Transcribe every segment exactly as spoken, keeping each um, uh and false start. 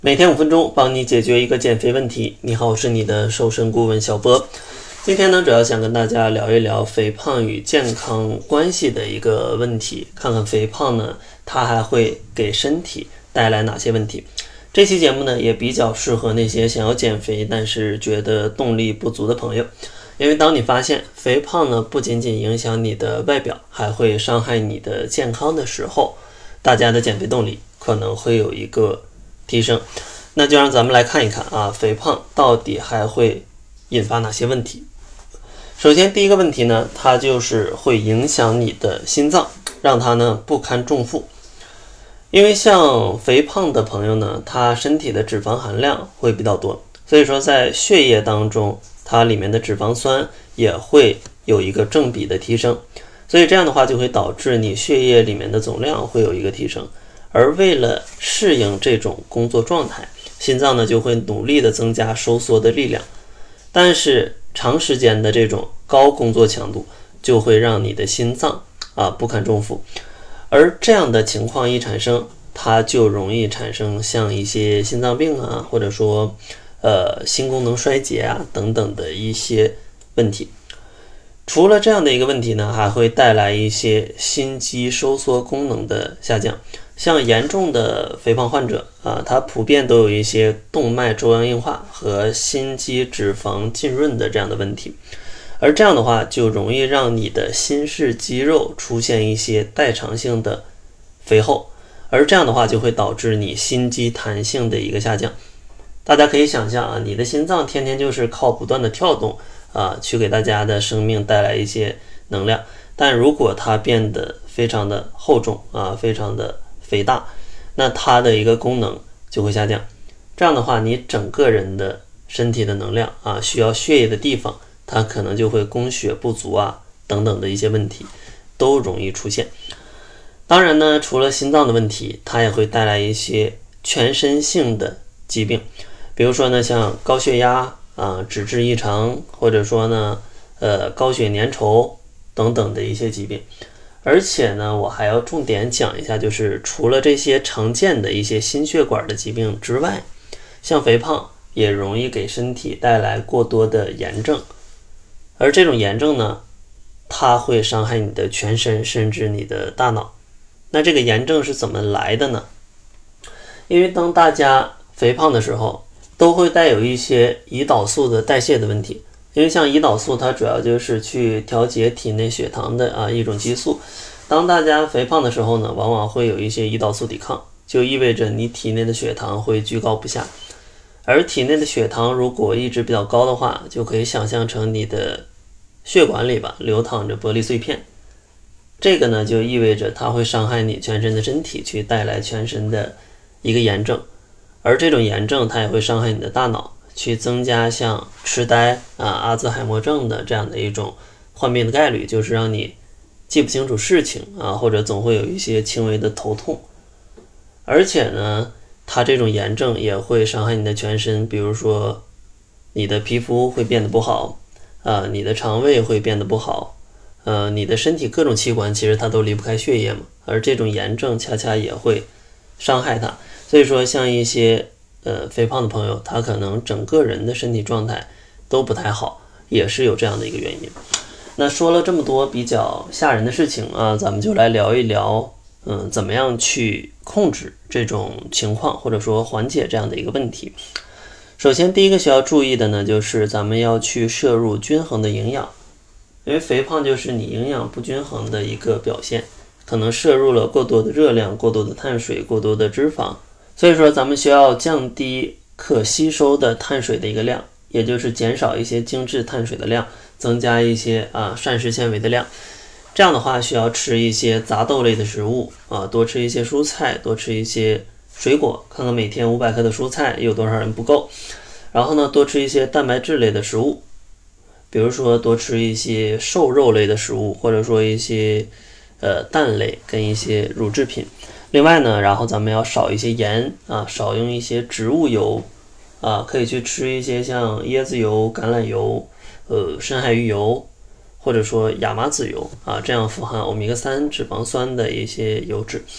每天五分钟，帮你解决一个减肥问题。你好，我是你的瘦身顾问小波。今天呢，主要想跟大家聊一聊肥胖与健康关系的一个问题，看看肥胖呢，它还会给身体带来哪些问题。这期节目呢，也比较适合那些想要减肥但是觉得动力不足的朋友。因为当你发现肥胖呢，不仅仅影响你的外表，还会伤害你的健康的时候，大家的减肥动力可能会有一个提升。那就让咱们来看一看啊，肥胖到底还会引发哪些问题。首先第一个问题呢，它就是会影响你的心脏，让它呢不堪重负。因为像肥胖的朋友呢，他身体的脂肪含量会比较多，所以说在血液当中，它里面的脂肪酸也会有一个正比的提升，所以这样的话就会导致你血液里面的总量会有一个提升。而为了适应这种工作状态，心脏呢就会努力的增加收缩的力量，但是长时间的这种高工作强度就会让你的心脏啊不堪重负，而这样的情况一产生，它就容易产生像一些心脏病啊，或者说呃心功能衰竭啊等等的一些问题。除了这样的一个问题呢，还会带来一些心肌收缩功能的下降。像严重的肥胖患者啊，他普遍都有一些动脉粥样硬化和心肌脂肪浸润的这样的问题，而这样的话就容易让你的心室肌肉出现一些代偿性的肥厚，而这样的话就会导致你心肌弹性的一个下降。大家可以想象啊，你的心脏天天就是靠不断的跳动啊，去给大家的生命带来一些能量，但如果它变得非常的厚重啊，非常的肥大，那它的一个功能就会下降。这样的话，你整个人的身体的能量啊，需要血液的地方，它可能就会供血不足啊，等等的一些问题都容易出现。当然呢，除了心脏的问题，它也会带来一些全身性的疾病，比如说呢，像高血压啊、脂质异常，或者说呢，呃，高血粘稠等等的一些疾病。而且呢，我还要重点讲一下，就是除了这些常见的一些心血管的疾病之外，像肥胖也容易给身体带来过多的炎症，而这种炎症呢，它会伤害你的全身，甚至你的大脑。那这个炎症是怎么来的呢？因为当大家肥胖的时候，都会带有一些胰岛素的代谢的问题。因为像胰岛素，它主要就是去调节体内血糖的啊一种激素。当大家肥胖的时候呢，往往会有一些胰岛素抵抗，就意味着你体内的血糖会居高不下。而体内的血糖如果一直比较高的话，就可以想象成你的血管里吧流淌着玻璃碎片。这个呢，就意味着它会伤害你全身的身体，去带来全身的一个炎症。而这种炎症它也会伤害你的大脑，去增加像痴呆啊、阿兹海默症的这样的一种患病的概率，就是让你记不清楚事情啊，或者总会有一些轻微的头痛。而且呢，它这种炎症也会伤害你的全身，比如说你的皮肤会变得不好啊，你的肠胃会变得不好，呃，你的身体各种器官其实它都离不开血液嘛，而这种炎症恰恰也会伤害它。所以说像一些呃肥胖的朋友，他可能整个人的身体状态都不太好，也是有这样的一个原因。那说了这么多比较吓人的事情啊，咱们就来聊一聊嗯怎么样去控制这种情况，或者说缓解这样的一个问题。首先第一个需要注意的呢，就是咱们要去摄入均衡的营养。因为肥胖就是你营养不均衡的一个表现，可能摄入了过多的热量、过多的碳水、过多的脂肪，所以说咱们需要降低可吸收的碳水的一个量，也就是减少一些精致碳水的量，增加一些啊膳食纤维的量。这样的话需要吃一些杂豆类的食物啊，多吃一些蔬菜，多吃一些水果，看看每天五百克的蔬菜有多少人不够。然后呢，多吃一些蛋白质类的食物，比如说多吃一些瘦肉类的食物，或者说一些呃蛋类跟一些乳制品。另外呢，然后咱们要少一些盐啊，少用一些植物油啊，可以去吃一些像椰子油、橄榄油、呃深海鱼油，或者说亚麻籽油啊，这样富含欧米伽三脂肪酸的一些油脂。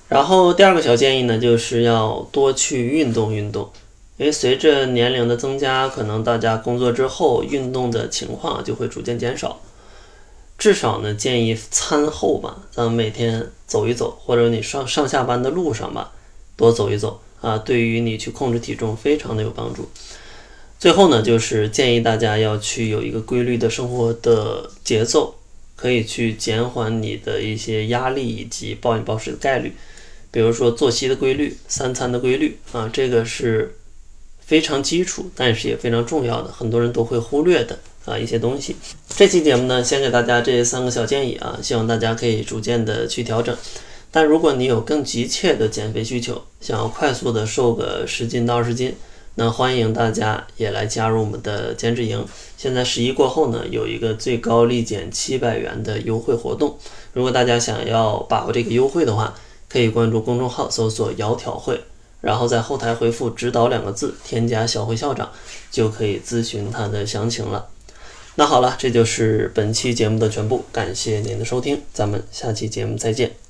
然后第二个小建议呢，就是要多去运动运动。因为随着年龄的增加，可能大家工作之后运动的情况就会逐渐减少。至少呢，建议餐后吧，咱们每天走一走，或者你上上下班的路上吧，多走一走啊，对于你去控制体重非常的有帮助。最后呢，就是建议大家要去有一个规律的生活的节奏，可以去减缓你的一些压力以及暴饮暴食的概率。比如说作息的规律、三餐的规律啊，这个是非常基础，但是也非常重要的，很多人都会忽略的啊一些东西。这期节目呢，先给大家这三个小建议啊，希望大家可以逐渐的去调整。但如果你有更急切的减肥需求，想要快速的瘦个十斤到二十斤，那欢迎大家也来加入我们的减脂营。现在十一过后呢，有一个最高立减七百元的优惠活动。如果大家想要把握这个优惠的话，可以关注公众号搜索窈窕会，然后在后台回复指导两个字，添加小慧校长，就可以咨询它的详情了。那好了，这就是本期节目的全部，感谢您的收听，咱们下期节目再见。